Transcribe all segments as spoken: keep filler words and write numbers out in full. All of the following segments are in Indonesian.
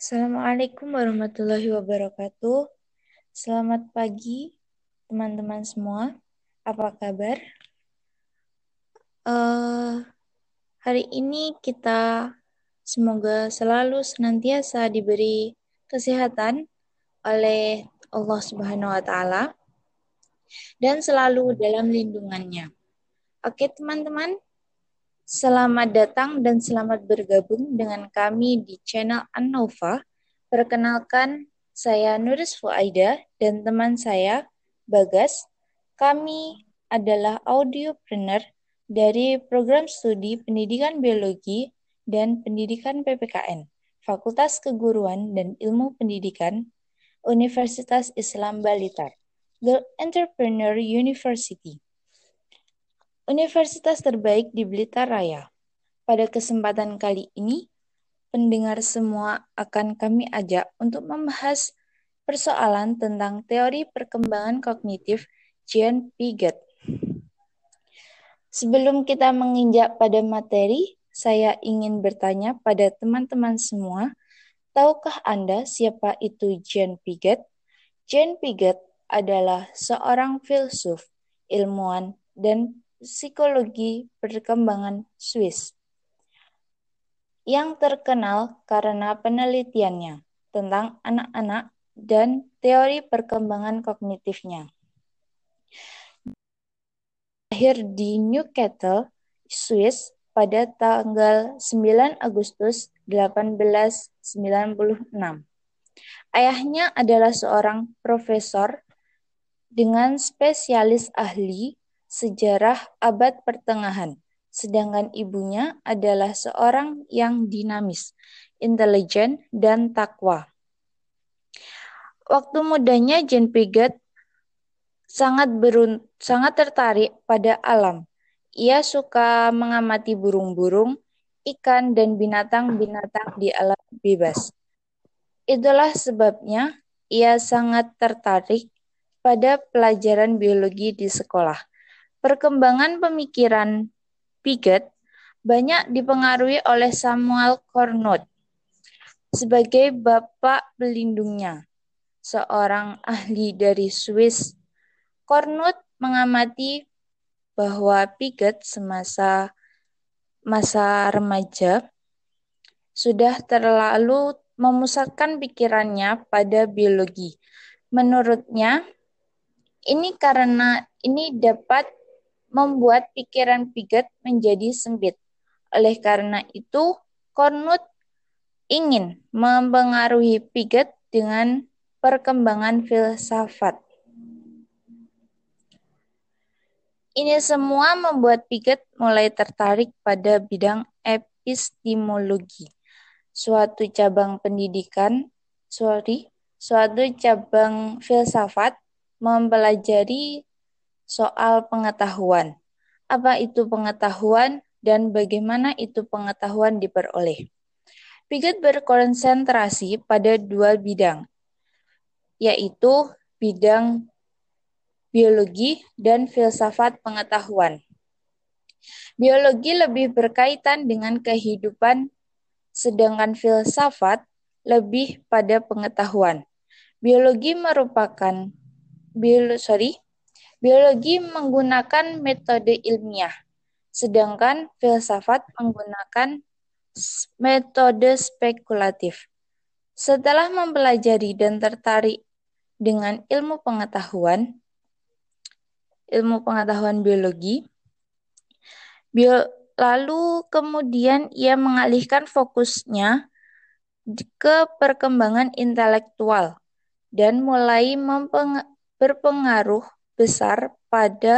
Assalamualaikum warahmatullahi wabarakatuh. Selamat pagi, teman-teman semua. Apa kabar? Eh, hari ini kita semoga selalu senantiasa diberi kesehatan oleh Allah Subhanahu wa Ta'ala dan selalu dalam lindungannya. Oke, teman-teman, selamat datang dan selamat bergabung dengan kami di channel An-Nova. Perkenalkan, saya Nuris Fuaida dan teman saya, Bagas. Kami adalah audiopreneur dari program studi Pendidikan Biologi dan Pendidikan P P K N, Fakultas Keguruan dan Ilmu Pendidikan, Universitas Islam Blitar, The Entrepreneur University, universitas terbaik di Blitar Raya. Pada kesempatan kali ini, pendengar semua akan kami ajak untuk membahas persoalan tentang teori perkembangan kognitif Jean Piaget. Sebelum kita menginjak pada materi, saya ingin bertanya pada teman-teman semua, tahukah Anda siapa itu Jean Piaget? Jean Piaget adalah seorang filsuf, ilmuwan, dan psikologi perkembangan Swiss yang terkenal karena penelitiannya tentang anak-anak dan teori perkembangan kognitifnya. Lahir di Newcastle, Swiss pada tanggal sembilan Agustus delapan belas sembilan puluh enam. Ayahnya adalah seorang profesor dengan spesialis ahli sejarah abad pertengahan, sedangkan ibunya adalah seorang yang dinamis, intelijen, dan takwa. Waktu mudanya Jean Piaget sangat berun sangat tertarik pada alam. Ia suka mengamati burung-burung, ikan, dan binatang-binatang di alam bebas. Itulah sebabnya ia sangat tertarik pada pelajaran biologi di sekolah. Perkembangan pemikiran Piaget banyak dipengaruhi oleh Samuel Cornut sebagai bapak pelindungnya, seorang ahli dari Swiss. Cornut mengamati bahwa Piaget semasa masa remaja sudah terlalu memusatkan pikirannya pada biologi. Menurutnya, ini karena ini dapat membuat pikiran Piaget menjadi sempit. Oleh karena itu, Cornut ingin mempengaruhi Piaget dengan perkembangan filsafat. Ini semua membuat Piaget mulai tertarik pada bidang epistemologi, suatu cabang pendidikan, sorry, suatu cabang filsafat mempelajari soal pengetahuan. Apa itu pengetahuan dan bagaimana itu pengetahuan diperoleh? Piaget berkonsentrasi pada dua bidang, yaitu bidang biologi dan filsafat pengetahuan. Biologi lebih berkaitan dengan kehidupan, sedangkan filsafat lebih pada pengetahuan. Biologi merupakan biolo, sorry, biologi menggunakan metode ilmiah, sedangkan filsafat menggunakan metode spekulatif. Setelah mempelajari dan tertarik dengan ilmu pengetahuan, ilmu pengetahuan biologi, bio, lalu kemudian ia mengalihkan fokusnya ke perkembangan intelektual dan mulai mempeng- berpengaruh besar pada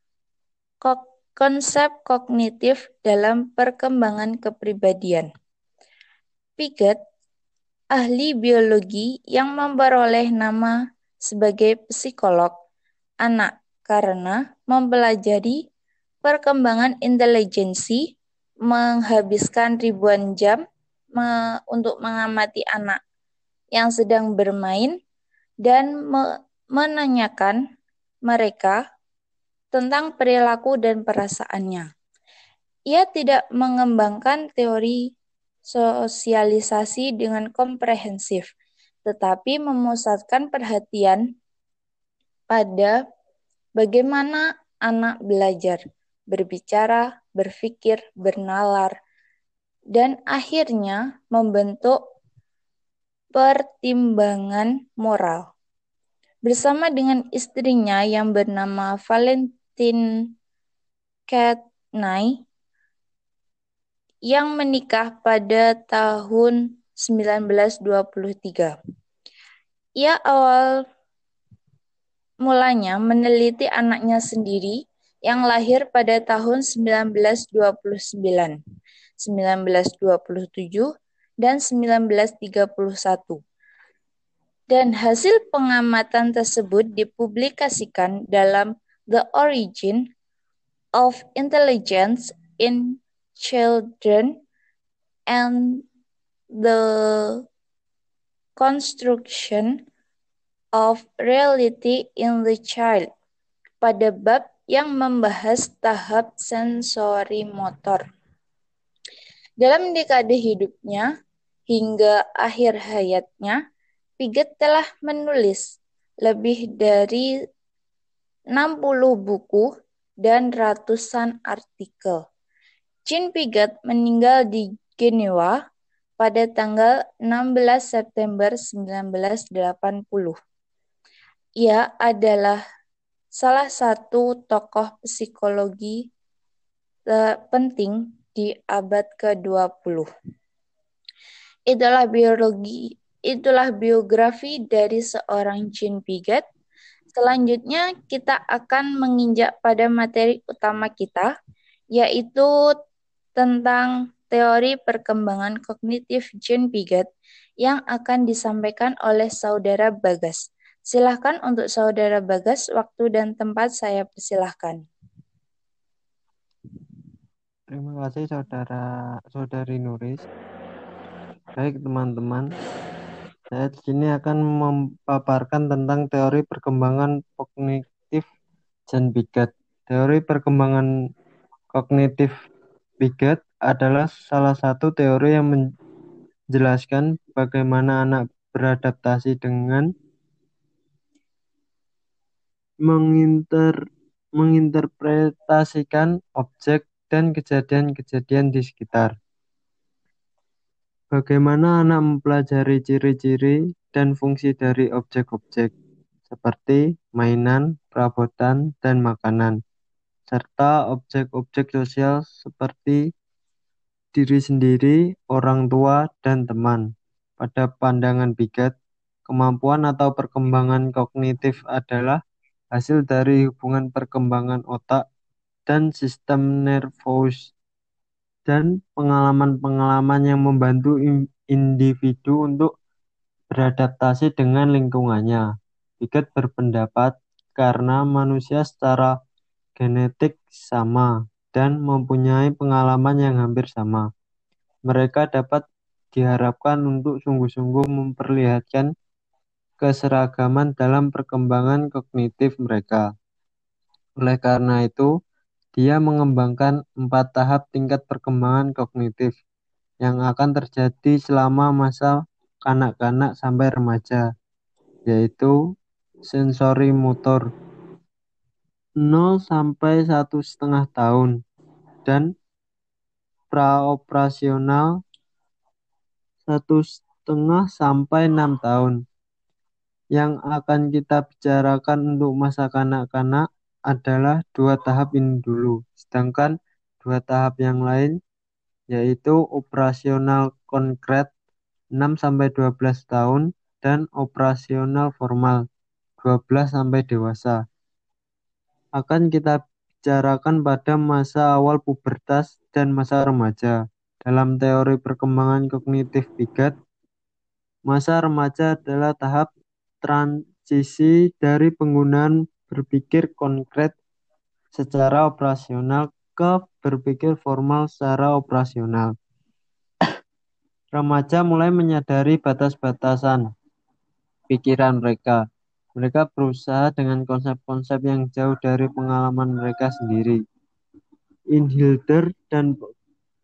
konsep kognitif dalam perkembangan kepribadian. Piaget, ahli biologi yang memperoleh nama sebagai psikolog anak karena mempelajari perkembangan intelijensi, menghabiskan ribuan jam me- untuk mengamati anak yang sedang bermain dan me- menanyakan mereka tentang perilaku dan perasaannya. Ia tidak mengembangkan teori sosialisasi dengan komprehensif, tetapi memusatkan perhatian pada bagaimana anak belajar, berbicara, berpikir, bernalar, dan akhirnya membentuk pertimbangan moral. Bersama dengan istrinya yang bernama Valentine Katnai yang menikah pada tahun sembilan belas dua puluh tiga. Ia awal mulanya meneliti anaknya sendiri yang lahir pada tahun sembilan belas dua puluh sembilan, sembilan belas dua puluh tujuh, dan sembilan belas tiga puluh satu. Dan hasil pengamatan tersebut dipublikasikan dalam The Origin of Intelligence in Children and the Construction of Reality in the Child pada bab yang membahas tahap sensori motor. Dalam dekade hidupnya hingga akhir hayatnya, Piaget telah menulis lebih dari enam puluh buku dan ratusan artikel. Jean Piaget meninggal di Jenewa pada tanggal enam belas September sembilan belas delapan puluh. Ia adalah salah satu tokoh psikologi penting di abad ke dua puluh. Itulah biologi, itulah biografi dari seorang Jean Piaget. Selanjutnya kita akan menginjak pada materi utama kita, yaitu tentang teori perkembangan kognitif Jean Piaget yang akan disampaikan oleh Saudara Bagas. Silakan untuk Saudara Bagas, waktu dan tempat saya persilahkan. Terima kasih Saudara Saudari Nuris. Baik teman-teman, saya di sini akan memaparkan tentang teori perkembangan kognitif Jean Piaget. Teori perkembangan kognitif Piaget adalah salah satu teori yang menjelaskan bagaimana anak beradaptasi dengan menginter, menginterpretasikan objek dan kejadian-kejadian di sekitar. Bagaimana anak mempelajari ciri-ciri dan fungsi dari objek-objek, seperti mainan, perabotan, dan makanan, serta objek-objek sosial seperti diri sendiri, orang tua, dan teman. Pada pandangan Piaget, kemampuan atau perkembangan kognitif adalah hasil dari hubungan perkembangan otak dan sistem nervous dan pengalaman-pengalaman yang membantu individu untuk beradaptasi dengan lingkungannya. Piaget berpendapat karena manusia secara genetik sama dan mempunyai pengalaman yang hampir sama, mereka dapat diharapkan untuk sungguh-sungguh memperlihatkan keseragaman dalam perkembangan kognitif mereka. Oleh karena itu, dia mengembangkan empat tahap tingkat perkembangan kognitif yang akan terjadi selama masa kanak-kanak sampai remaja, yaitu sensori motor nol sampai satu setengah tahun dan praoperasional satu setengah sampai enam tahun. Yang akan kita bicarakan untuk masa kanak-kanak adalah dua tahap ini dulu, sedangkan dua tahap yang lain yaitu operasional konkret enam sampai dua belas tahun dan operasional formal dua belas sampai dewasa. Akan kita bicarakan pada masa awal pubertas dan masa remaja. Dalam teori perkembangan kognitif Piaget, masa remaja adalah tahap transisi dari penggunaan berpikir konkret secara operasional ke berpikir formal secara operasional. Remaja mulai menyadari batas-batasan pikiran mereka. Mereka berusaha dengan konsep-konsep yang jauh dari pengalaman mereka sendiri. Inhilder dan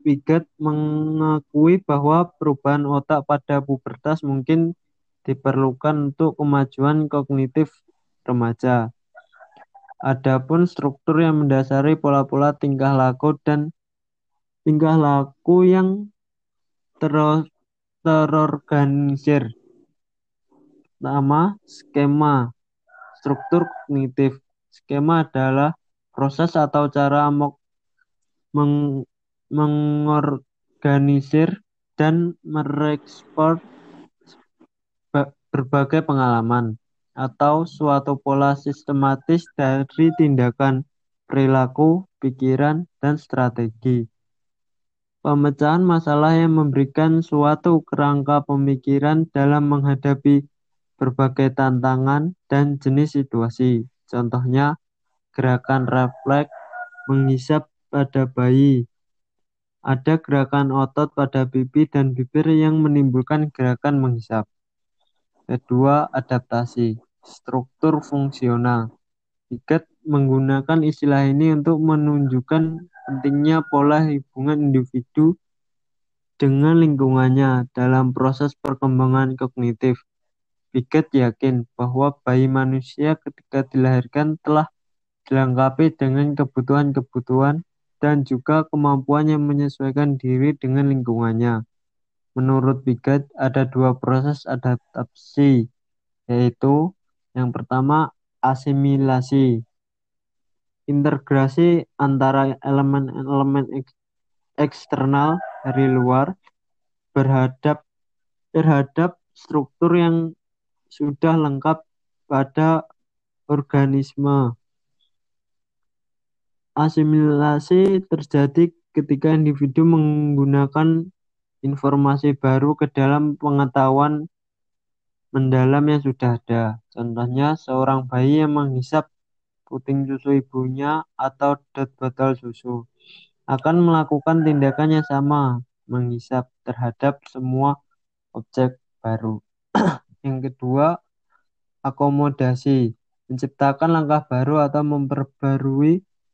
Piaget mengakui bahwa perubahan otak pada pubertas mungkin diperlukan untuk kemajuan kognitif remaja. Adapun struktur yang mendasari pola-pola tingkah laku dan tingkah laku yang ter- terorganisir. Pertama, skema struktur kognitif. Skema adalah proses atau cara meng- meng- mengorganisir dan merekspor ba- berbagai pengalaman atau suatu pola sistematis dari tindakan, perilaku, pikiran, dan strategi. Pemecahan masalah yang memberikan suatu kerangka pemikiran dalam menghadapi berbagai tantangan dan jenis situasi. Contohnya, gerakan refleks menghisap pada bayi. Ada gerakan otot pada pipi dan bibir yang menimbulkan gerakan menghisap. Kedua, adaptasi. Struktur fungsional. Piaget menggunakan istilah ini untuk menunjukkan pentingnya pola hubungan individu dengan lingkungannya dalam proses perkembangan kognitif. Piaget yakin bahwa bayi manusia ketika dilahirkan telah dilengkapi dengan kebutuhan-kebutuhan dan juga kemampuan yang menyesuaikan diri dengan lingkungannya. Menurut Piaget, ada dua proses adaptasi, yaitu yang pertama asimilasi, integrasi antara elemen-elemen ek- eksternal dari luar berhadap terhadap struktur yang sudah lengkap pada organisme. Asimilasi terjadi ketika individu menggunakan informasi baru ke dalam pengetahuan mendalam yang sudah ada. Contohnya, seorang bayi yang menghisap puting susu ibunya atau dot botol susu akan melakukan tindakan yang sama, menghisap terhadap semua objek baru. Yang kedua, akomodasi, menciptakan langkah baru atau memperbarui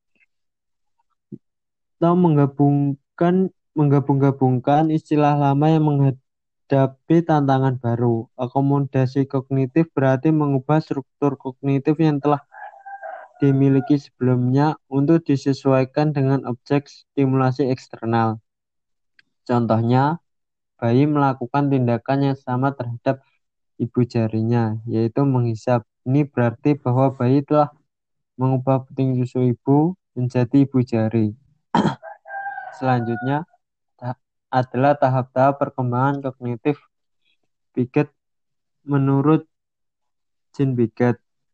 atau menggabungkan menggabung-gabungkan istilah lama yang menghadapi tantangan baru. Akomodasi kognitif berarti mengubah struktur kognitif yang telah dimiliki sebelumnya untuk disesuaikan dengan objek stimulasi eksternal. Contohnya, bayi melakukan tindakan yang sama terhadap ibu jarinya, yaitu menghisap. Ini berarti bahwa bayi telah mengubah puting susu ibu menjadi ibu jari. Selanjutnya ta- adalah tahap-tahap perkembangan kognitif Piaget menurut Jean Piaget.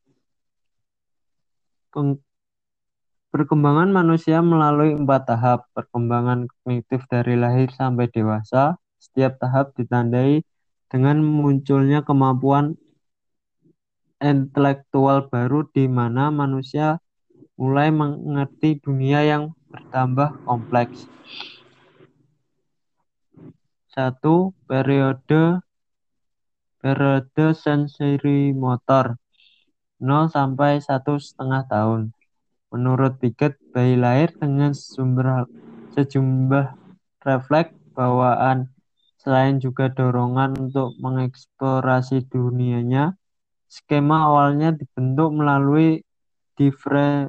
Peng- Perkembangan manusia melalui empat tahap perkembangan kognitif dari lahir sampai dewasa. Setiap tahap ditandai dengan munculnya kemampuan intelektual baru di mana manusia mulai mengerti dunia yang bertambah kompleks. Satu, periode periode sensori motor nol sampai satu setengah tahun. Menurut Piaget, bayi lahir dengan sejumlah, sejumlah refleks bawaan selain juga dorongan untuk mengeksplorasi dunianya. Skema awalnya dibentuk melalui diffre,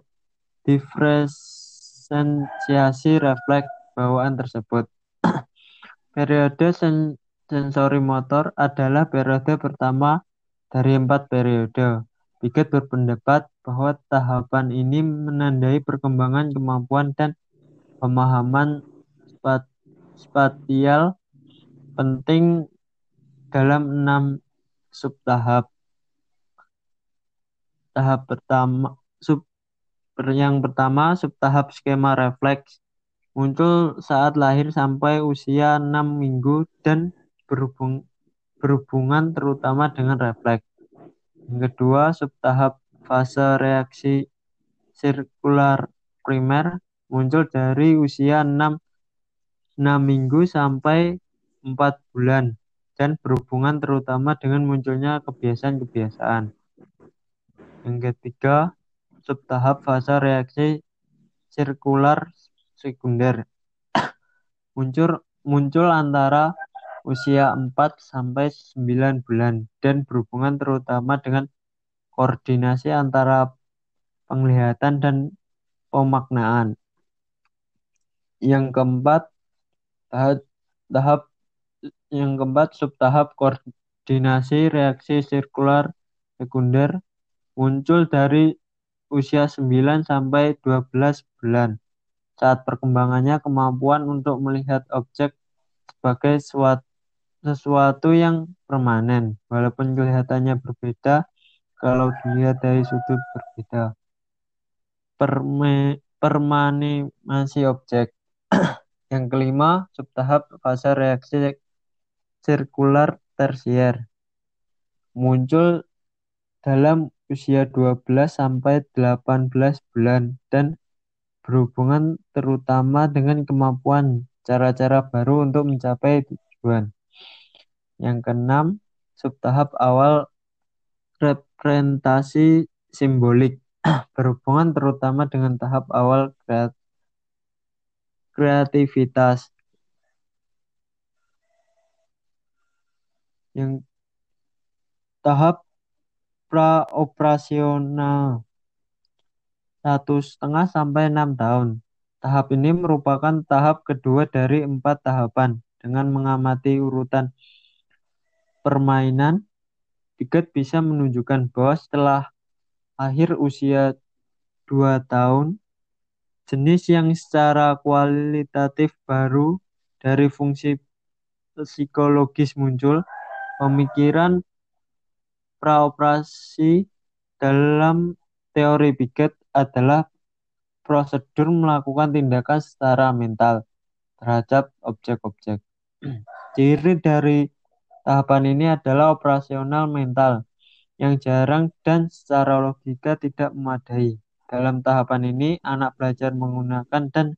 diferensiasi refleks bawaan tersebut. Periode sen, sensori motor adalah periode pertama dari empat periode. Piaget berpendapat bahwa tahapan ini menandai perkembangan kemampuan dan pemahaman spat, spasial penting dalam enam subtahap. Tahap pertama, sub yang pertama, subtahap skema refleks muncul saat lahir sampai usia enam minggu dan berhubung, berhubungan terutama dengan refleks. Yang kedua, subtahap fase reaksi sirkular primer muncul dari usia enam, enam minggu sampai empat bulan dan berhubungan terutama dengan munculnya kebiasaan-kebiasaan. Yang ketiga, subtahap fase reaksi sirkular sekunder muncul muncul antara usia empat sampai sembilan bulan dan berhubungan terutama dengan koordinasi antara penglihatan dan pemaknaan. Yang keempat, tahap tahap yang keempat subtahap koordinasi reaksi sirkular sekunder muncul dari usia sembilan sampai dua belas bulan. Saat perkembangannya kemampuan untuk melihat objek sebagai suatu, sesuatu yang permanen, walaupun kelihatannya berbeda kalau dilihat dari sudut berbeda. Perme, permanensi objek. Yang kelima, subtahap fase reaksi sirkular tersier muncul dalam usia dua belas sampai delapan belas bulan dan berhubungan terutama dengan kemampuan cara-cara baru untuk mencapai tujuan. Yang keenam, subtahap awal representasi simbolik berhubungan terutama dengan tahap awal kreativitas. Yang tahap praoperasional satu setengah sampai enam tahun. Tahap ini merupakan tahap kedua dari empat tahapan. Dengan mengamati urutan permainan, Piaget bisa menunjukkan bahwa setelah akhir usia dua tahun, jenis yang secara kualitatif baru dari fungsi psikologis muncul, pemikiran praoperasi dalam teori Piaget adalah prosedur melakukan tindakan secara mental terhadap objek-objek. Ciri dari tahapan ini adalah operasional mental yang jarang dan secara logika tidak memadai. Dalam tahapan ini, anak belajar menggunakan dan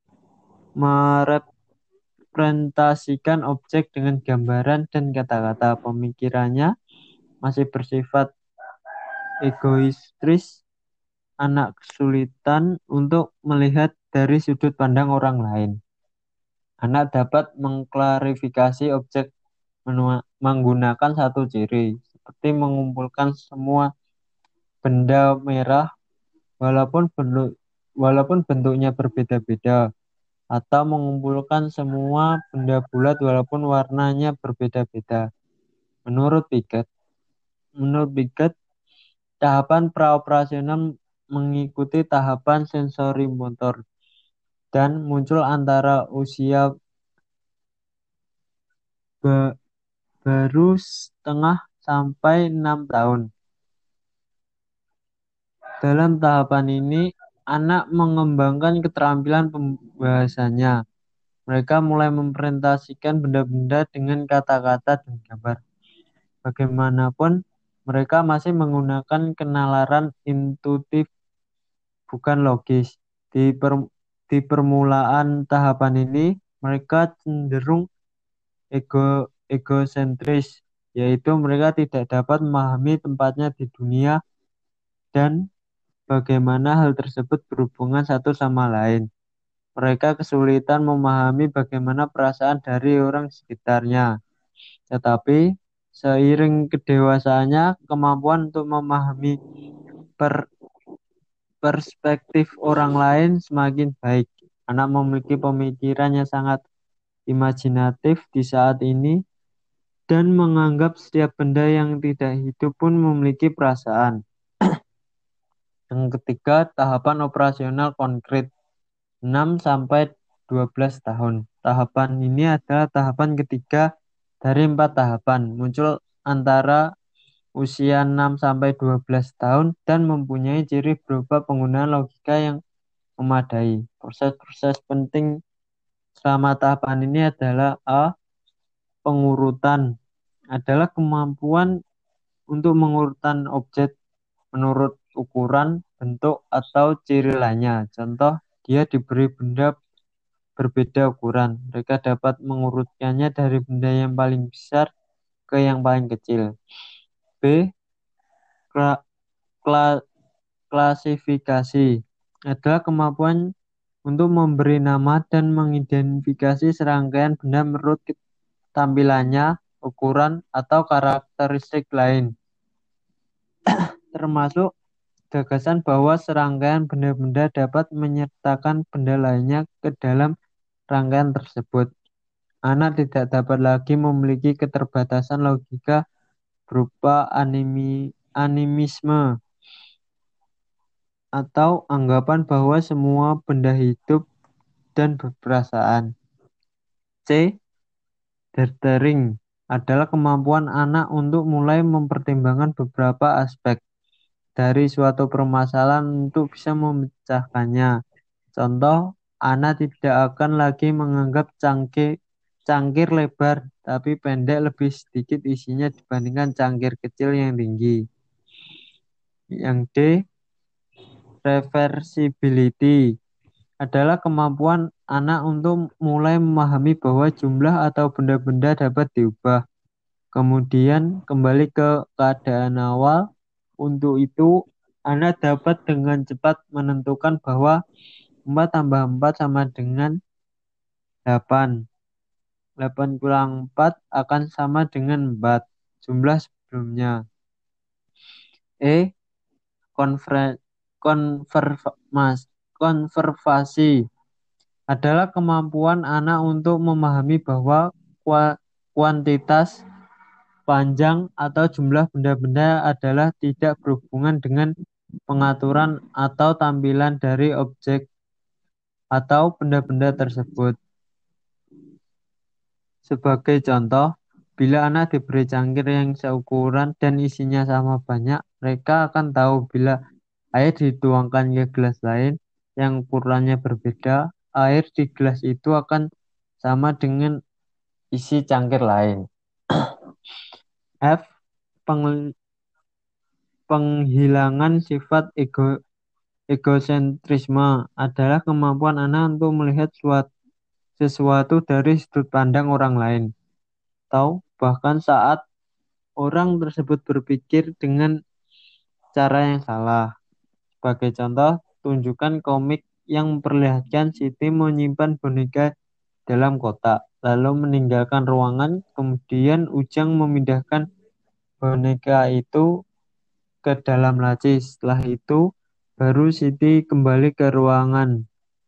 merepresentasikan objek dengan gambaran dan kata-kata. Pemikirannya masih bersifat egoistris. Anak kesulitan untuk melihat dari sudut pandang orang lain. Anak dapat mengklarifikasi objek menggunakan satu ciri, seperti mengumpulkan semua benda merah walaupun bentuk walaupun bentuknya berbeda-beda, atau mengumpulkan semua benda bulat walaupun warnanya berbeda-beda. Menurut Piaget, menurut Piaget, tahapan praoperasional mengikuti tahapan sensori motor dan muncul antara usia ba- baru setengah sampai enam tahun. Dalam tahapan ini, anak mengembangkan keterampilan pembahasannya. Mereka mulai mempresentasikan benda-benda dengan kata-kata dan gambar. Bagaimanapun, mereka masih menggunakan kenalaran intuitif, bukan logis. Di, per, di permulaan tahapan ini, mereka cenderung ego, egosentris, yaitu mereka tidak dapat memahami tempatnya di dunia dan bagaimana hal tersebut berhubungan satu sama lain. Mereka kesulitan memahami bagaimana perasaan dari orang sekitarnya. Tetapi seiring kedewasaannya, kemampuan untuk memahami per perspektif orang lain semakin baik. Anak memiliki pemikiran yang sangat imajinatif di saat ini dan menganggap setiap benda yang tidak hidup pun memiliki perasaan. Yang ketiga, tahapan operasional konkret enam sampai dua belas tahun. Tahapan ini adalah tahapan ketiga dari empat tahapan. Muncul antara usia enam sampai dua belas tahun dan mempunyai ciri berupa penggunaan logika yang memadai. Proses-proses penting selama tahapan ini adalah A. Pengurutan adalah kemampuan untuk mengurutkan objek menurut ukuran, bentuk, atau ciri lainnya. Contoh, dia diberi benda berbeda ukuran. Mereka dapat mengurutkannya dari benda yang paling besar ke yang paling kecil. B. Kla, kla, klasifikasi adalah kemampuan untuk memberi nama dan mengidentifikasi serangkaian benda menurut tampilannya, ukuran, atau karakteristik lain, termasuk gagasan bahwa serangkaian benda-benda dapat menyertakan benda lainnya ke dalam rangkaian tersebut. Anak tidak dapat lagi memiliki keterbatasan logika berupa animi, animisme atau anggapan bahwa semua benda hidup dan berperasaan. C. Dethering adalah kemampuan anak untuk mulai mempertimbangkan beberapa aspek dari suatu permasalahan untuk bisa memecahkannya. Contoh, anak tidak akan lagi menganggap cangkir, cangkir lebar tapi pendek lebih sedikit isinya dibandingkan cangkir kecil yang tinggi. Yang D. Reversibility adalah kemampuan anak untuk mulai memahami bahwa jumlah atau benda-benda dapat diubah, kemudian kembali ke keadaan awal. Untuk itu, anak dapat dengan cepat menentukan bahwa empat tambah empat sama dengan delapan. delapan kurang empat akan sama dengan empat, jumlah sebelumnya. E. Konver konvermas konservasi adalah kemampuan anak untuk memahami bahwa kuantitas, panjang, atau jumlah benda-benda adalah tidak berhubungan dengan pengaturan atau tampilan dari objek atau benda-benda tersebut. Sebagai contoh, bila anak diberi cangkir yang seukuran dan isinya sama banyak, mereka akan tahu bila air dituangkan ke gelas lain yang ukurannya berbeda, air di gelas itu akan sama dengan isi cangkir lain. F. Peng penghilangan sifat ego egosentrisme adalah kemampuan anak untuk melihat suatu, sesuatu dari sudut pandang orang lain, atau bahkan saat orang tersebut berpikir dengan cara yang salah. Sebagai contoh, tunjukkan komik yang memperlihatkan Siti menyimpan boneka dalam kotak, lalu meninggalkan ruangan, kemudian Ujang memindahkan boneka itu ke dalam laci. Setelah itu, baru Siti kembali ke ruangan.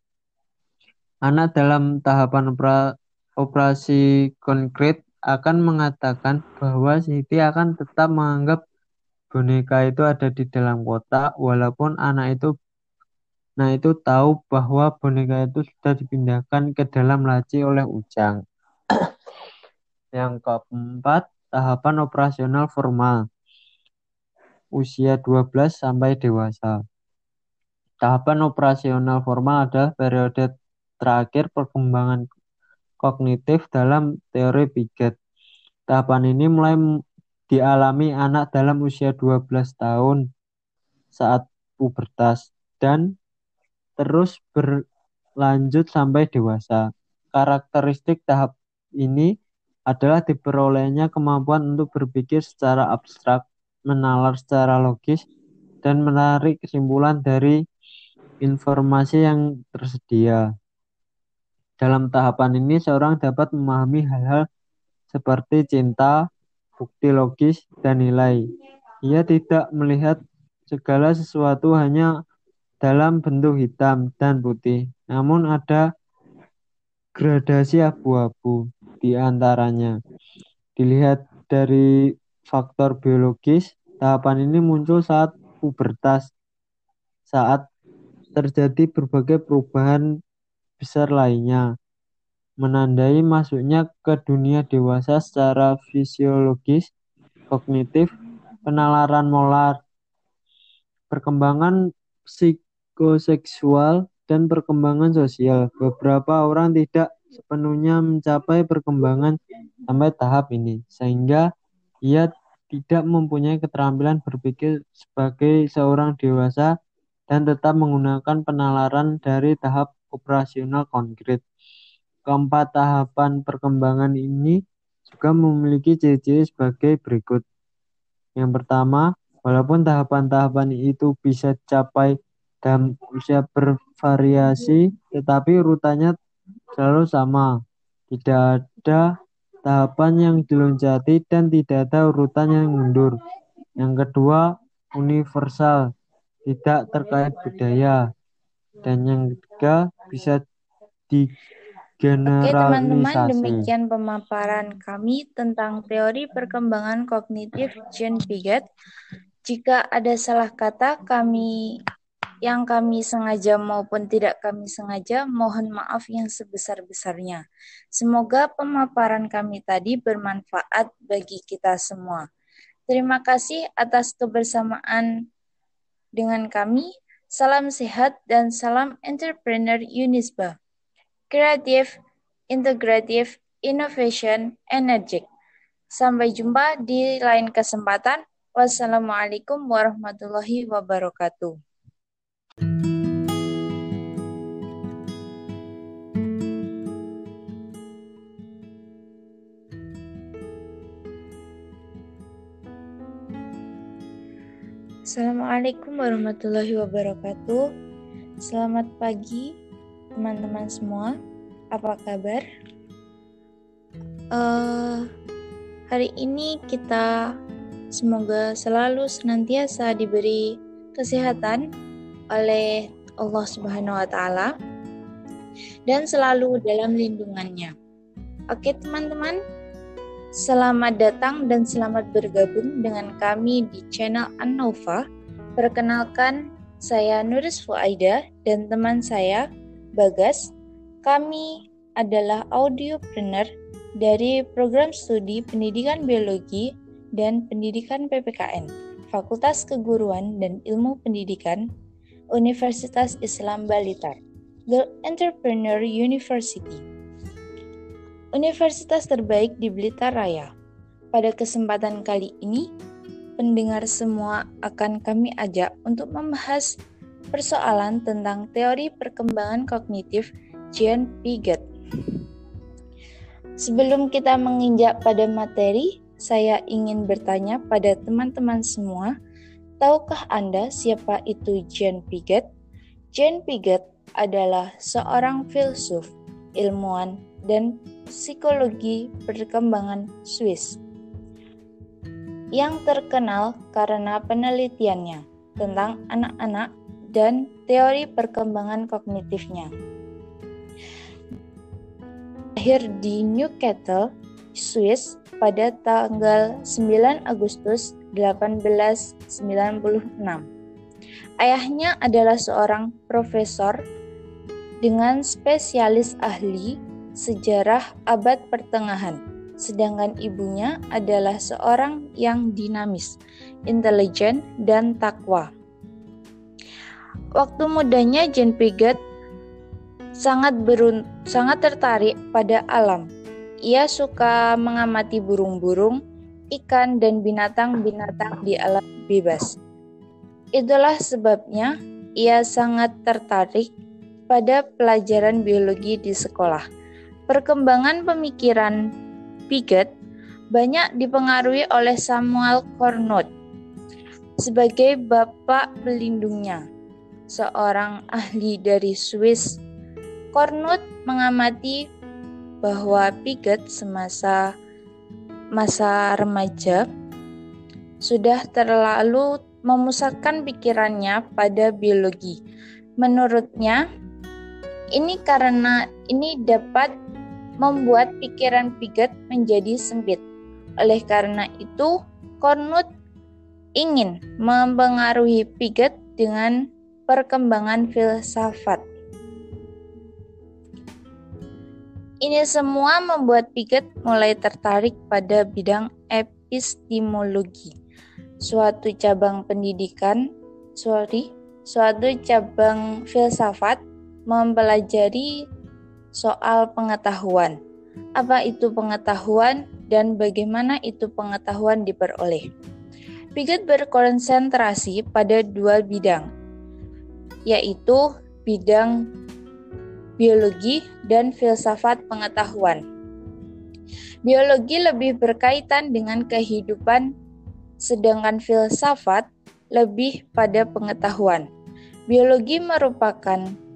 Anak dalam tahapan opera, operasi konkret akan mengatakan bahwa Siti akan tetap menganggap boneka itu ada di dalam kotak, walaupun anak itu Nah itu tahu bahwa boneka itu sudah dipindahkan ke dalam laci oleh Ujang. Yang keempat, tahapan operasional formal. Usia dua belas sampai dewasa. Tahapan operasional formal adalah periode terakhir perkembangan kognitif dalam teori Piaget. Tahapan ini mulai dialami anak dalam usia dua belas tahun saat pubertas dan terus berlanjut sampai dewasa. Karakteristik tahap ini adalah diperolehnya kemampuan untuk berpikir secara abstrak, menalar secara logis, dan menarik kesimpulan dari informasi yang tersedia. Dalam tahapan ini, seorang dapat memahami hal-hal seperti cinta, bukti logis, dan nilai. Ia tidak melihat segala sesuatu hanya dalam bentuk hitam dan putih, namun ada gradasi abu-abu di antaranya. Dilihat dari faktor biologis, tahapan ini muncul saat pubertas, saat terjadi berbagai perubahan besar lainnya, menandai masuknya ke dunia dewasa secara fisiologis, kognitif, penalaran molar, perkembangan psikoseksual, dan perkembangan sosial. Beberapa orang tidak sepenuhnya mencapai perkembangan sampai tahap ini, sehingga ia tidak mempunyai keterampilan berpikir sebagai seorang dewasa dan tetap menggunakan penalaran dari tahap operasional konkret. Keempat tahapan perkembangan ini juga memiliki ciri-ciri sebagai berikut. Yang pertama, walaupun tahapan-tahapan itu bisa dicapai dalam usia bervariasi, tetapi urutannya selalu sama. Tidak ada tahapan yang diloncati dan tidak ada urutan yang mundur. Yang kedua, universal, tidak terkait budaya. Dan yang ketiga, bisa Oke, teman-teman, digeneralisasi. demikian pemaparan kami tentang teori perkembangan kognitif Jean Piaget. Jika ada salah kata kami yang kami sengaja maupun tidak kami sengaja, mohon maaf yang sebesar-besarnya. Semoga pemaparan kami tadi bermanfaat bagi kita semua. Terima kasih atas kebersamaan dengan kami. Salam sehat dan salam entrepreneur Unisba. Kreatif, integratif, innovation, energik. Sampai jumpa di lain kesempatan. Wassalamualaikum warahmatullahi wabarakatuh. Assalamualaikum warahmatullahi wabarakatuh. Selamat pagi teman-teman semua. Apa kabar? Uh, hari ini kita semoga selalu senantiasa diberi kesehatan oleh Allah Subhanahu wa taala dan selalu dalam lindungannya. Oke teman-teman, selamat datang dan selamat bergabung dengan kami di channel An-Nova. Perkenalkan, saya Nuris Fuaida dan teman saya Bagas. Kami adalah audiopreneur dari program studi Pendidikan Biologi dan Pendidikan P P K N, Fakultas Keguruan dan Ilmu Pendidikan, Universitas Islam Blitar, The Entrepreneur University, universitas terbaik di Blitar Raya. Pada kesempatan kali ini, pendengar semua akan kami ajak untuk membahas persoalan tentang teori perkembangan kognitif Jean Piaget. Sebelum kita menginjak pada materi, saya ingin bertanya pada teman-teman semua, tahukah Anda siapa itu Jean Piaget? Jean Piaget adalah seorang filsuf, ilmuwan, dan psikologi perkembangan Swiss yang terkenal karena penelitiannya tentang anak-anak dan teori perkembangan kognitifnya. Lahir di Newcastle, Swiss pada tanggal sembilan Agustus delapan belas sembilan puluh enam. Ayahnya adalah seorang profesor dengan spesialis ahli sejarah abad pertengahan, sedangkan ibunya adalah seorang yang dinamis, intelijen, dan takwa. Waktu mudanya Jean Piaget sangat berun- sangat tertarik pada alam. Ia suka mengamati burung-burung, ikan, dan binatang-binatang di alam bebas. Itulah sebabnya ia sangat tertarik pada pelajaran biologi di sekolah. Perkembangan pemikiran Piaget banyak dipengaruhi oleh Samuel Cornut sebagai bapak pelindungnya, seorang ahli dari Swiss. Cornut mengamati bahwa Piaget semasa masa remaja sudah terlalu memusatkan pikirannya pada biologi. Menurutnya, ini karena ini dapat membuat pikiran Piaget menjadi sempit. Oleh karena itu, Cornut ingin mempengaruhi Piaget dengan perkembangan filsafat. Ini semua membuat Piaget mulai tertarik pada bidang epistemologi, suatu cabang pendidikan, sorry, suatu cabang filsafat mempelajari soal pengetahuan. Apa itu pengetahuan dan bagaimana itu pengetahuan diperoleh? Piaget berkonsentrasi pada dua bidang, yaitu bidang biologi dan filsafat pengetahuan. Biologi lebih berkaitan dengan kehidupan, sedangkan filsafat lebih pada pengetahuan. Biologi merupakan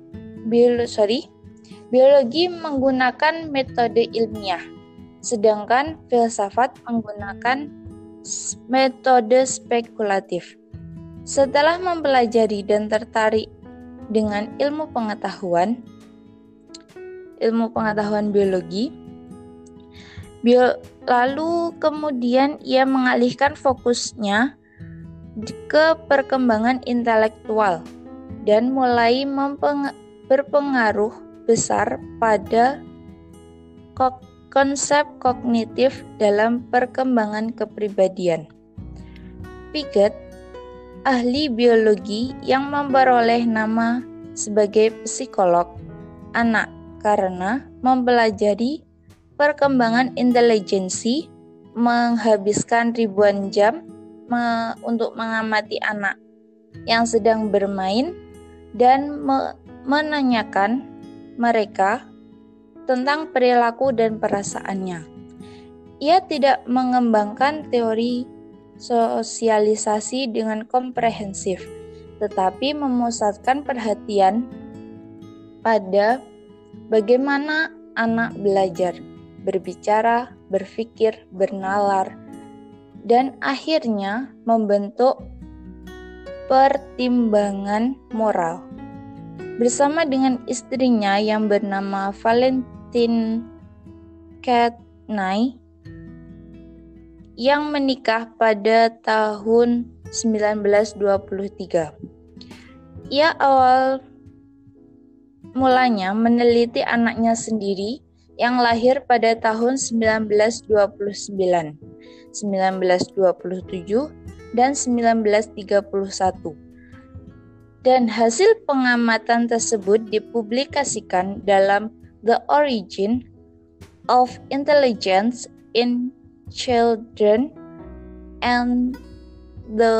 biologi, sorry, biologi menggunakan metode ilmiah, sedangkan filsafat menggunakan metode spekulatif. Setelah mempelajari dan tertarik dengan ilmu pengetahuan, ilmu pengetahuan biologi, bio, lalu kemudian ia mengalihkan fokusnya ke perkembangan intelektual dan mulai mempeng, berpengaruh besar pada kok, konsep kognitif dalam perkembangan kepribadian. Piaget, ahli biologi yang memperoleh nama sebagai psikolog anak karena mempelajari perkembangan intelijensi, menghabiskan ribuan jam me- untuk mengamati anak yang sedang bermain dan me- menanyakan mereka tentang perilaku dan perasaannya. Ia tidak mengembangkan teori sosialisasi dengan komprehensif, tetapi memusatkan perhatian pada bagaimana anak belajar, berbicara, berpikir, bernalar, dan akhirnya membentuk pertimbangan moral. Bersama dengan istrinya yang bernama Valentine Catnay, yang menikah pada tahun sembilan belas dua puluh tiga. Ia awal mulanya meneliti anaknya sendiri yang lahir pada tahun sembilan belas dua puluh sembilan, sembilan belas dua puluh tujuh, dan sembilan belas tiga puluh satu. Dan hasil pengamatan tersebut dipublikasikan dalam The Origin of Intelligence in Children and the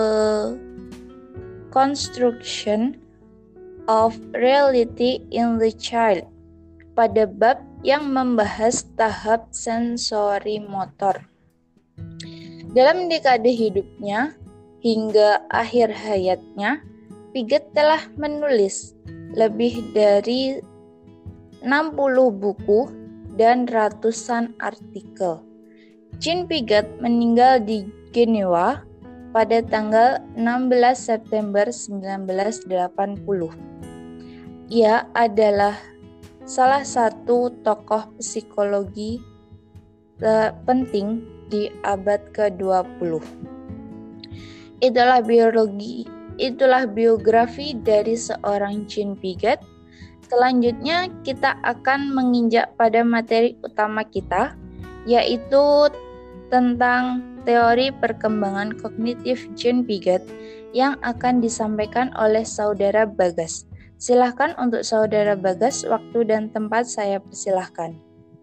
Construction of Reality in the Child pada bab yang membahas tahap sensori motor. Dalam dekade hidupnya hingga akhir hayatnya, Piaget telah menulis lebih dari enam puluh buku dan ratusan artikel. Jean Piaget meninggal di Jenewa pada tanggal enam belas September sembilan belas delapan puluh. Ia adalah salah satu tokoh psikologi penting di abad kedua puluh. Itulah biologi, itulah biografi dari seorang Jean Piaget. Selanjutnya kita akan menginjak pada materi utama kita, yaitu tentang teori perkembangan kognitif Jean Piaget yang akan disampaikan oleh Saudara Bagas. Silakan untuk Saudara Bagas, waktu dan tempat saya persilahkan.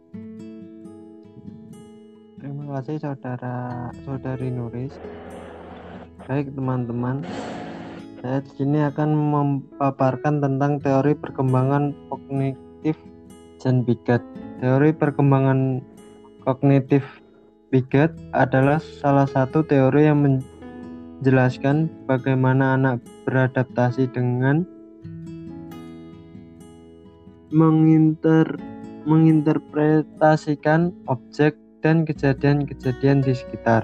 Terima kasih Saudara Saudari Nuris. Baik teman-teman, saya di sini akan memaparkan tentang teori perkembangan kognitif Jean Piaget. Teori perkembangan kognitif Piaget adalah salah satu teori yang menjelaskan bagaimana anak beradaptasi dengan menginter, menginterpretasikan objek dan kejadian-kejadian di sekitar.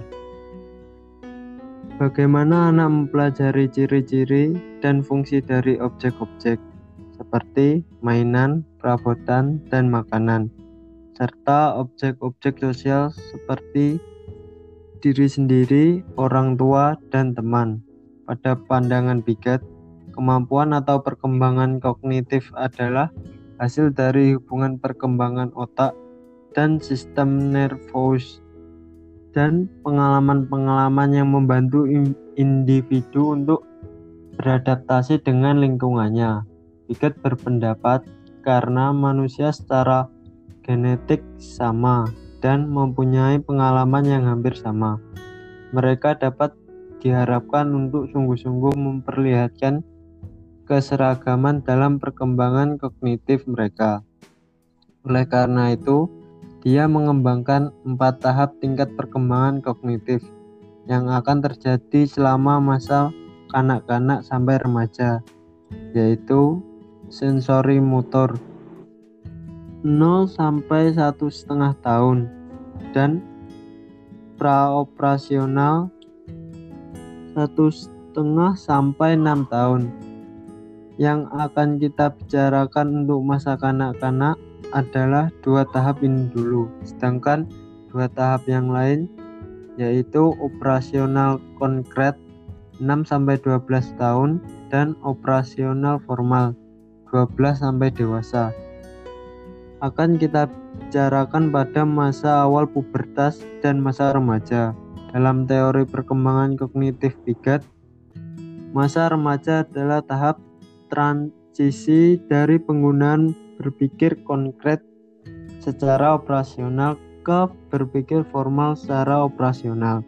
Bagaimana anak mempelajari ciri-ciri dan fungsi dari objek-objek seperti mainan, perabotan, dan makanan, serta objek-objek sosial seperti diri sendiri, orang tua, dan teman. Pada pandangan Piaget, kemampuan atau perkembangan kognitif adalah hasil dari hubungan perkembangan otak dan sistem nervus dan pengalaman-pengalaman yang membantu individu untuk beradaptasi dengan lingkungannya. Piaget berpendapat karena manusia secara genetik sama dan mempunyai pengalaman yang hampir sama, mereka dapat diharapkan untuk sungguh-sungguh memperlihatkan keseragaman dalam perkembangan kognitif mereka. Oleh karena itu, dia mengembangkan empat tahap tingkat perkembangan kognitif yang akan terjadi selama masa kanak-kanak sampai remaja, yaitu sensori motor nol sampai satu setengah tahun dan praoperasional satu setengah sampai enam tahun. Yang akan kita bicarakan untuk masa kanak-kanak adalah dua tahap ini dulu, sedangkan dua tahap yang lain yaitu operasional konkret enam sampai dua belas tahun dan operasional formal dua belas sampai dewasa. Akan kita bicarakan pada masa awal pubertas dan masa remaja. Dalam teori perkembangan kognitif Piaget, masa remaja adalah tahap transisi dari penggunaan berpikir konkret secara operasional ke berpikir formal secara operasional.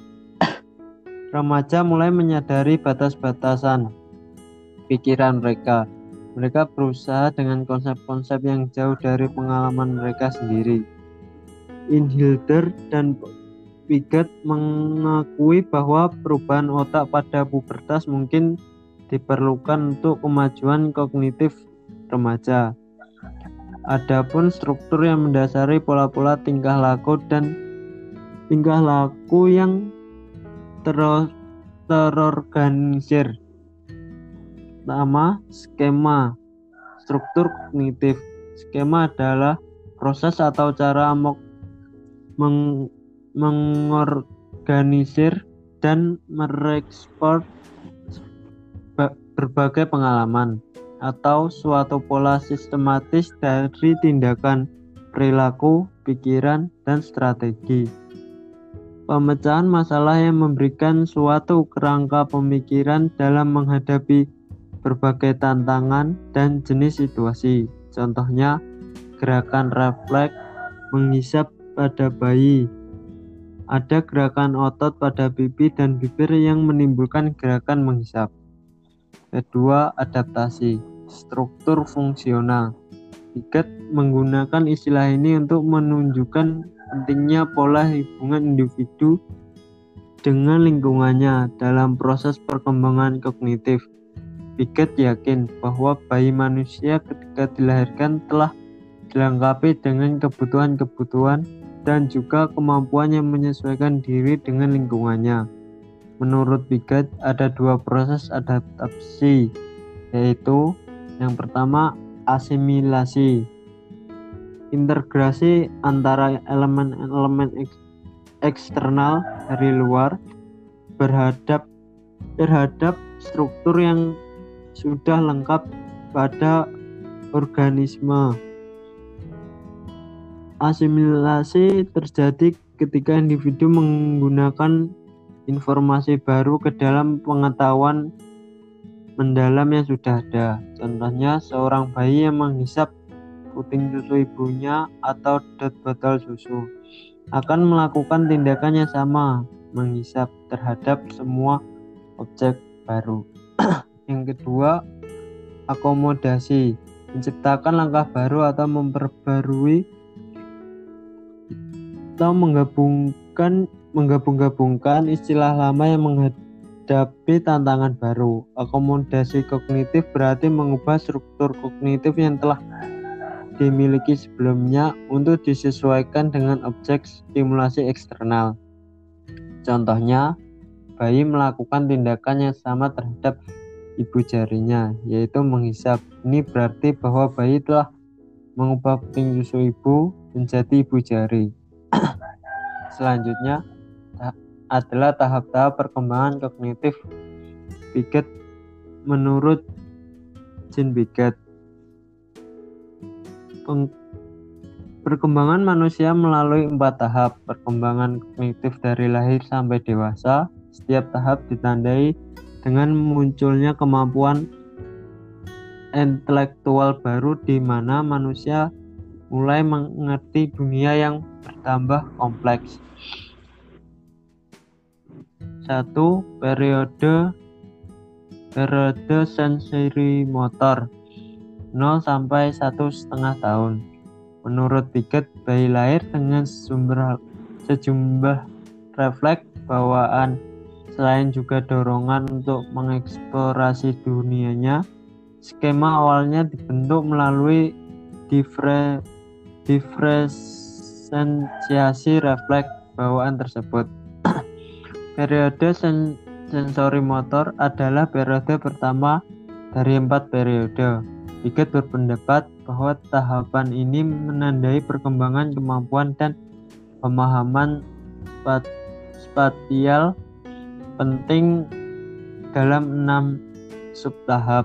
Remaja mulai menyadari batas-batasan pikiran mereka. Mereka berusaha dengan konsep-konsep yang jauh dari pengalaman mereka sendiri. Inhilder dan Piaget mengakui bahwa perubahan otak pada pubertas mungkin diperlukan untuk kemajuan kognitif remaja. Adapun struktur yang mendasari pola-pola tingkah laku dan tingkah laku yang ter- terorganisir. Pertama, skema struktur kognitif. Skema adalah proses atau cara meng- mengorganisir dan merekspor berbagai pengalaman atau suatu pola sistematis dari tindakan, perilaku, pikiran, dan strategi. Pemecahan masalah yang memberikan suatu kerangka pemikiran dalam menghadapi berbagai tantangan dan jenis situasi. Contohnya, gerakan refleks menghisap pada bayi. Ada gerakan otot pada pipi dan bibir yang menimbulkan gerakan menghisap. Kedua, adaptasi struktur fungsional. Piaget menggunakan istilah ini untuk menunjukkan pentingnya pola hubungan individu dengan lingkungannya dalam proses perkembangan kognitif. Piaget yakin bahwa bayi manusia ketika dilahirkan telah dilengkapi dengan kebutuhan-kebutuhan dan juga kemampuan yang menyesuaikan diri dengan lingkungannya. Menurut Piaget ada dua proses adaptasi, yaitu yang pertama asimilasi, integrasi antara elemen-elemen ek- eksternal dari luar berhadap terhadap struktur yang sudah lengkap pada organisme. Asimilasi terjadi ketika individu menggunakan informasi baru ke dalam pengetahuan mendalam yang sudah ada. Contohnya, seorang bayi yang menghisap puting susu ibunya atau dot botol susu akan melakukan tindakan yang sama, menghisap terhadap semua objek baru. Yang kedua, akomodasi, menciptakan langkah baru atau memperbarui atau menggabungkan menggabung-gabungkan istilah lama yang menghadapi tantangan baru. Akomodasi kognitif berarti mengubah struktur kognitif yang telah dimiliki sebelumnya untuk disesuaikan dengan objek stimulasi eksternal. Contohnya, bayi melakukan tindakan yang sama terhadap ibu jarinya, yaitu menghisap. Ini berarti bahwa bayi telah mengubah puting susu ibu menjadi ibu jari. Selanjutnya adalah tahap-tahap perkembangan kognitif Piaget menurut Jean Piaget. Peng- perkembangan manusia melalui empat tahap perkembangan kognitif dari lahir sampai dewasa. Setiap tahap ditandai dengan munculnya kemampuan intelektual baru di mana manusia mulai mengerti dunia yang bertambah kompleks. Satu, periode periode sensori motor nol sampai satu setengah tahun. Menurut Piaget, bayi lahir dengan sejumlah, sejumlah refleks bawaan, selain juga dorongan untuk mengeksplorasi dunianya. skema awalnya dibentuk melalui diffre, diferensiasi refleks bawaan tersebut. Periode sen, sensori motor adalah periode pertama dari empat periode. Piaget berpendapat bahwa tahapan ini menandai perkembangan kemampuan dan pemahaman spat, spatial penting dalam enam subtahap.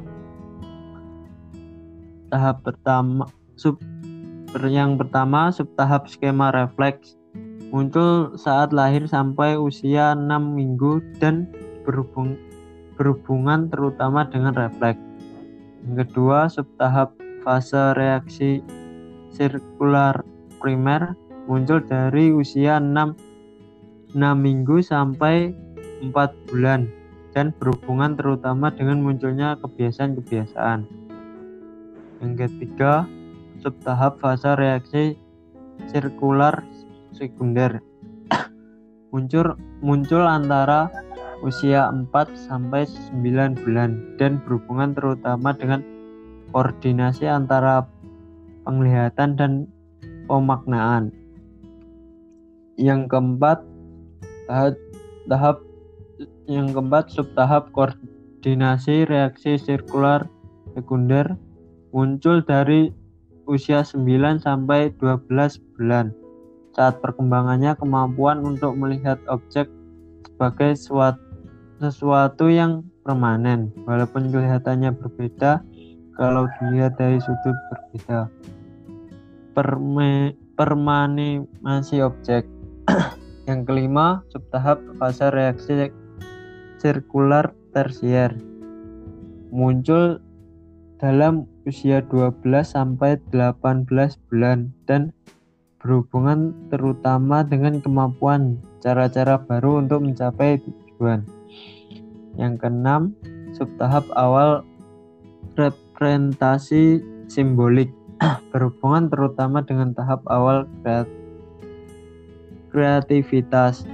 Tahap pertama sub yang pertama subtahap skema refleks muncul saat lahir sampai usia enam minggu dan berhubung, berhubungan terutama dengan refleks. Yang kedua, subtahap fase reaksi sirkular primer muncul dari usia enam minggu sampai empat bulan dan berhubungan terutama dengan munculnya kebiasaan-kebiasaan. Yang ketiga, subtahap fase reaksi sirkular sekunder muncul muncul antara usia empat sampai sembilan bulan dan berhubungan terutama dengan koordinasi antara penglihatan dan pemaknaan. Yang keempat, tahap, tahap yang keempat subtahap koordinasi reaksi sirkular sekunder muncul dari usia sembilan sampai dua belas bulan. Saat perkembangannya kemampuan untuk melihat objek sebagai suatu sesuatu yang permanen, walaupun kelihatannya berbeda kalau dilihat dari sudut berbeda. Perme, permanensi objek. Yang kelima, subtahap fase reaksi sirkular tersier muncul dalam usia dua belas sampai delapan belas bulan dan berhubungan terutama dengan kemampuan cara-cara baru untuk mencapai tujuan. Yang keenam, subtahap awal representasi simbolik berhubungan terutama dengan tahap awal kreat- kreativitas.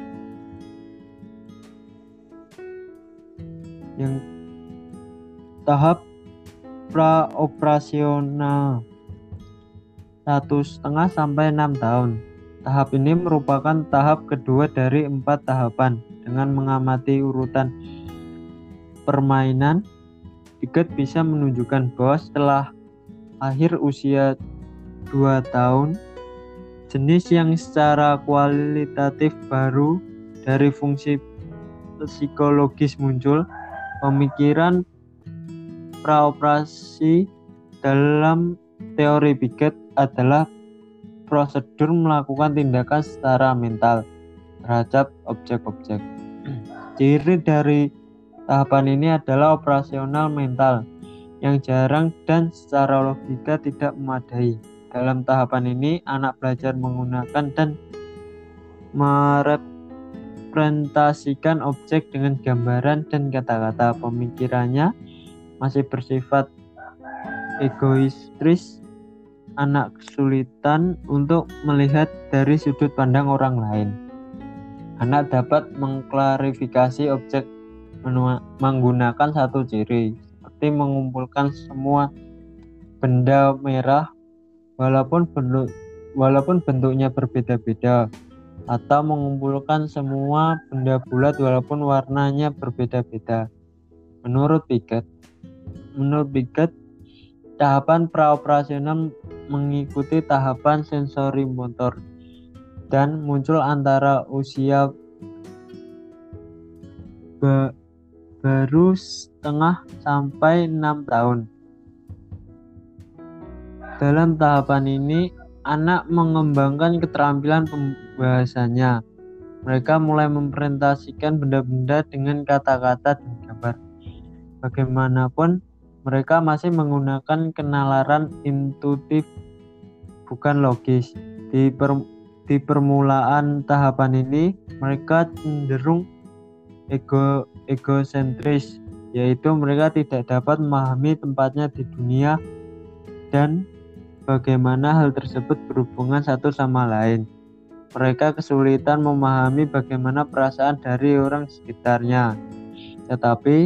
Yang tahap praoperasional satu setengah sampai enam tahun. Tahap ini merupakan tahap kedua dari empat tahapan. Dengan mengamati urutan permainan, Piaget bisa menunjukkan bahwa setelah akhir usia dua tahun, jenis yang secara kualitatif baru dari fungsi psikologis muncul. Pemikiran praoperasi dalam teori Piaget adalah prosedur melakukan tindakan secara mental terhadap objek-objek. Ciri dari tahapan ini adalah operasional mental yang jarang dan secara logika tidak memadai. Dalam tahapan ini, anak belajar menggunakan dan merepresentasikan objek dengan gambaran dan kata-kata. Pemikirannya masih bersifat egoistris. Anak kesulitan untuk melihat dari sudut pandang orang lain. Anak dapat mengklarifikasi objek menggunakan satu ciri, seperti mengumpulkan semua benda merah walaupun bentuk, walaupun bentuknya berbeda-beda, atau mengumpulkan semua benda bulat walaupun warnanya berbeda-beda. Menurut Piaget, menurut Piaget, tahapan praoperasional mengikuti tahapan sensori motor dan muncul antara usia ba- baru setengah sampai enam tahun. Dalam tahapan ini, anak mengembangkan keterampilan pembahasannya. Mereka mulai mempresentasikan benda-benda dengan kata-kata dan gambar. Bagaimanapun, mereka masih menggunakan kenalaran intuitif, bukan logis. Di, per, di permulaan tahapan ini, mereka cenderung ego, egosentris, yaitu mereka tidak dapat memahami tempatnya di dunia dan bagaimana hal tersebut berhubungan satu sama lain. Mereka kesulitan memahami bagaimana perasaan dari orang sekitarnya. Tetapi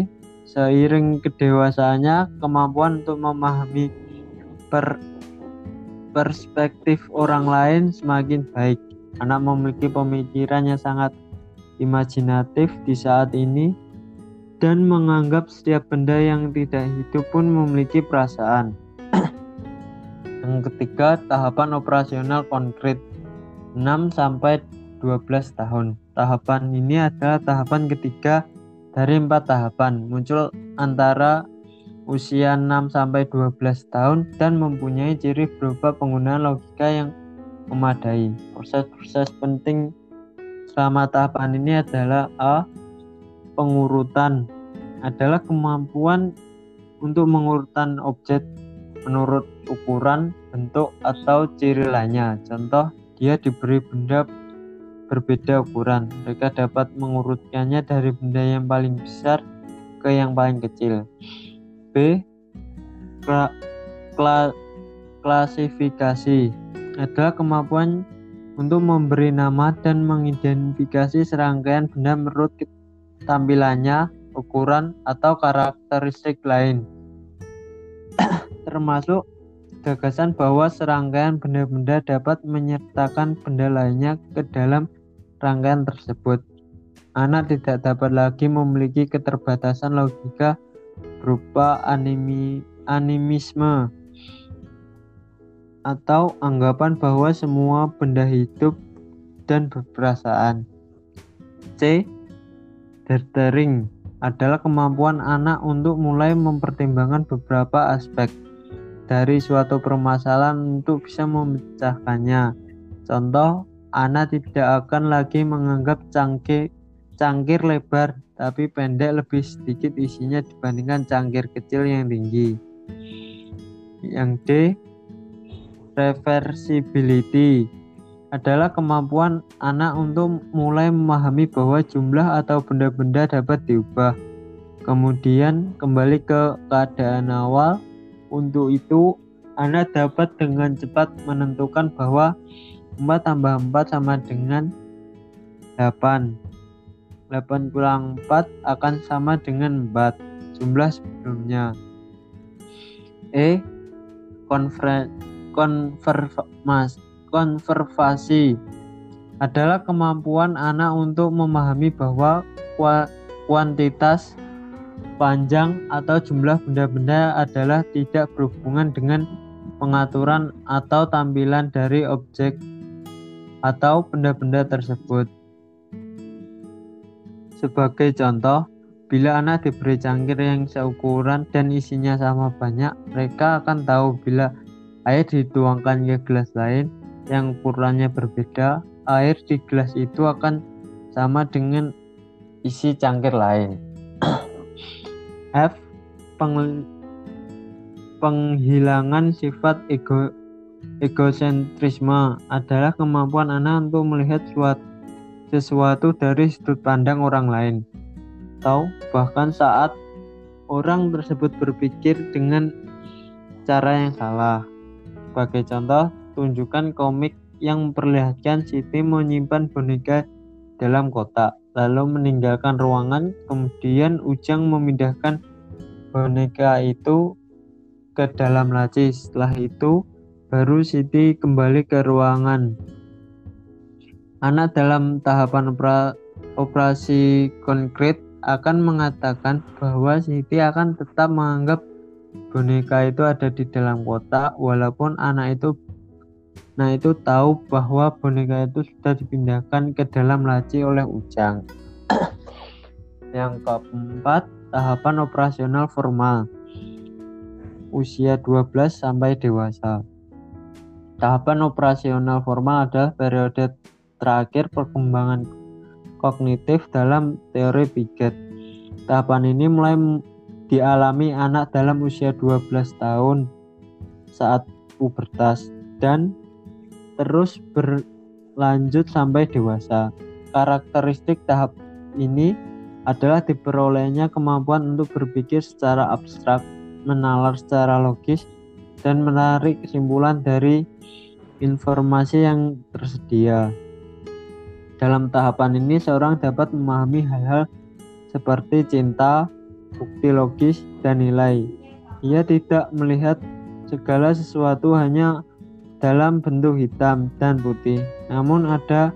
Seiring kedewasaannya, kemampuan untuk memahami per perspektif orang lain semakin baik. Anak memiliki pemikiran yang sangat imajinatif di saat ini dan menganggap setiap benda yang tidak hidup pun memiliki perasaan. Yang ketiga, tahapan operasional konkret enam sampai dua belas tahun. Tahapan ini adalah tahapan ketiga dari empat tahapan, muncul antara usia enam sampai dua belas tahun dan mempunyai ciri berupa penggunaan logika yang memadai. Proses-proses penting selama tahapan ini adalah A. Pengurutan adalah kemampuan untuk mengurutkan objek menurut ukuran, bentuk, atau ciri lainnya. Contoh, dia diberi benda berbeda ukuran. Mereka dapat mengurutkannya dari benda yang paling besar ke yang paling kecil. B. Kla, kla, klasifikasi adalah kemampuan untuk memberi nama dan mengidentifikasi serangkaian benda menurut tampilannya, ukuran, atau karakteristik lain. Termasuk gagasan bahwa serangkaian benda-benda dapat menyertakan benda lainnya ke dalam rangkaian tersebut. Anak tidak dapat lagi memiliki keterbatasan logika berupa animi, animisme atau anggapan bahwa semua benda hidup dan berperasaan. C. Dithering adalah kemampuan anak untuk mulai mempertimbangkan beberapa aspek dari suatu permasalahan untuk bisa memecahkannya. Contoh, anak tidak akan lagi menganggap cangkir, cangkir lebar tapi pendek lebih sedikit isinya dibandingkan cangkir kecil yang tinggi. Yang D. Reversibility adalah kemampuan anak untuk mulai memahami bahwa jumlah atau benda-benda dapat diubah, kemudian kembali ke keadaan awal. Untuk itu, anak dapat dengan cepat menentukan bahwa empat tambah empat sama dengan delapan. delapan kurang empat akan sama dengan empat, jumlah sebelumnya. E. Konver, konvermas, konservasi adalah kemampuan anak untuk memahami bahwa kuantitas, panjang, atau jumlah benda-benda adalah tidak berhubungan dengan pengaturan atau tampilan dari objek atau benda-benda tersebut. Sebagai contoh, bila anak diberi cangkir yang seukuran dan isinya sama banyak, mereka akan tahu bila air dituangkan ke gelas lain yang ukurannya berbeda, air di gelas itu akan sama dengan isi cangkir lain. F. Peng, penghilangan sifat ego, egosentrisme adalah kemampuan anak untuk melihat suatu, sesuatu dari sudut pandang orang lain, atau bahkan saat orang tersebut berpikir dengan cara yang salah. Sebagai contoh, tunjukkan komik yang memperlihatkan Siti menyimpan boneka dalam kotak, lalu meninggalkan ruangan, kemudian Ujang memindahkan boneka itu ke dalam laci. Setelah itu, baru Siti kembali ke ruangan. Anak dalam tahapan opera, operasi konkret akan mengatakan bahwa Siti akan tetap menganggap boneka itu ada di dalam kotak, walaupun anak itu Nah itu tahu bahwa boneka itu sudah dipindahkan ke dalam laci oleh Ujang. Yang keempat, tahapan operasional formal. Usia dua belas sampai dewasa. Tahapan operasional formal adalah periode terakhir perkembangan kognitif dalam teori Piaget. Tahapan ini mulai dialami anak dalam usia dua belas tahun saat pubertas dan terus berlanjut sampai dewasa. Karakteristik tahap ini adalah diperolehnya kemampuan untuk berpikir secara abstrak, menalar secara logis, dan menarik kesimpulan dari informasi yang tersedia. Dalam tahapan ini, seorang dapat memahami hal-hal seperti cinta, bukti logis, dan nilai. Ia tidak melihat segala sesuatu hanya dalam bentuk hitam dan putih, namun ada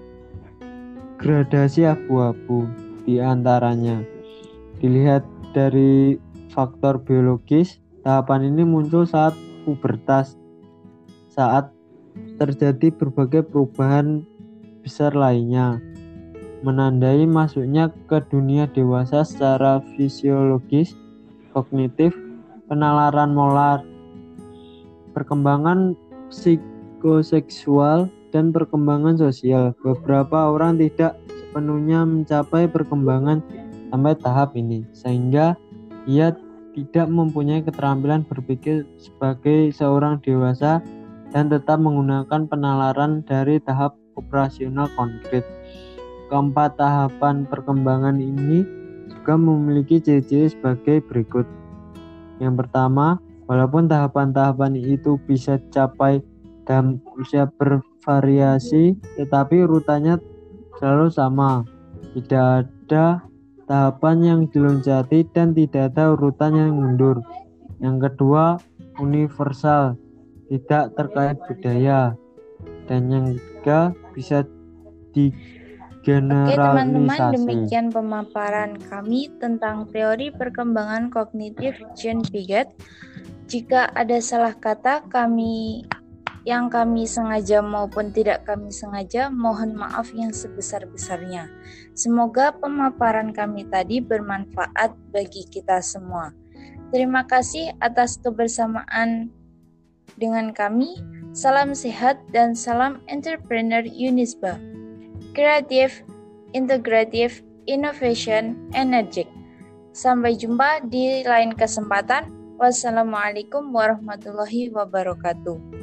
gradasi abu-abu di antaranya. Dilihat dari faktor biologis, tahapan ini muncul saat pubertas, saat terjadi berbagai perubahan besar lainnya, menandai masuknya ke dunia dewasa secara fisiologis, kognitif, penalaran molar, perkembangan psikoseksual, dan perkembangan sosial. Beberapa orang tidak sepenuhnya mencapai perkembangan sampai tahap ini, sehingga ia tidak mempunyai keterampilan berpikir sebagai seorang dewasa dan tetap menggunakan penalaran dari tahap operasional konkret. Keempat tahapan perkembangan ini juga memiliki ciri-ciri sebagai berikut. Yang pertama, walaupun tahapan-tahapan itu bisa dicapai dalam usia bervariasi, tetapi urutannya selalu sama. Tidak ada tahapan yang diloncati dan tidak ada urutan yang mundur. Yang kedua, universal, tidak terkait budaya. Dan yang ketiga, bisa digeneralisasi. Oke teman-teman, demikian pemaparan kami tentang teori perkembangan kognitif Jean Piaget. Jika ada salah kata kami yang kami sengaja maupun tidak kami sengaja, mohon maaf yang sebesar-besarnya. Semoga pemaparan kami tadi bermanfaat bagi kita semua. Terima kasih atas kebersamaan dengan kami. Salam sehat dan salam entrepreneur Unisba. Kreatif, integratif, innovation, energik. Sampai jumpa di lain kesempatan. Wassalamualaikum warahmatullahi wabarakatuh.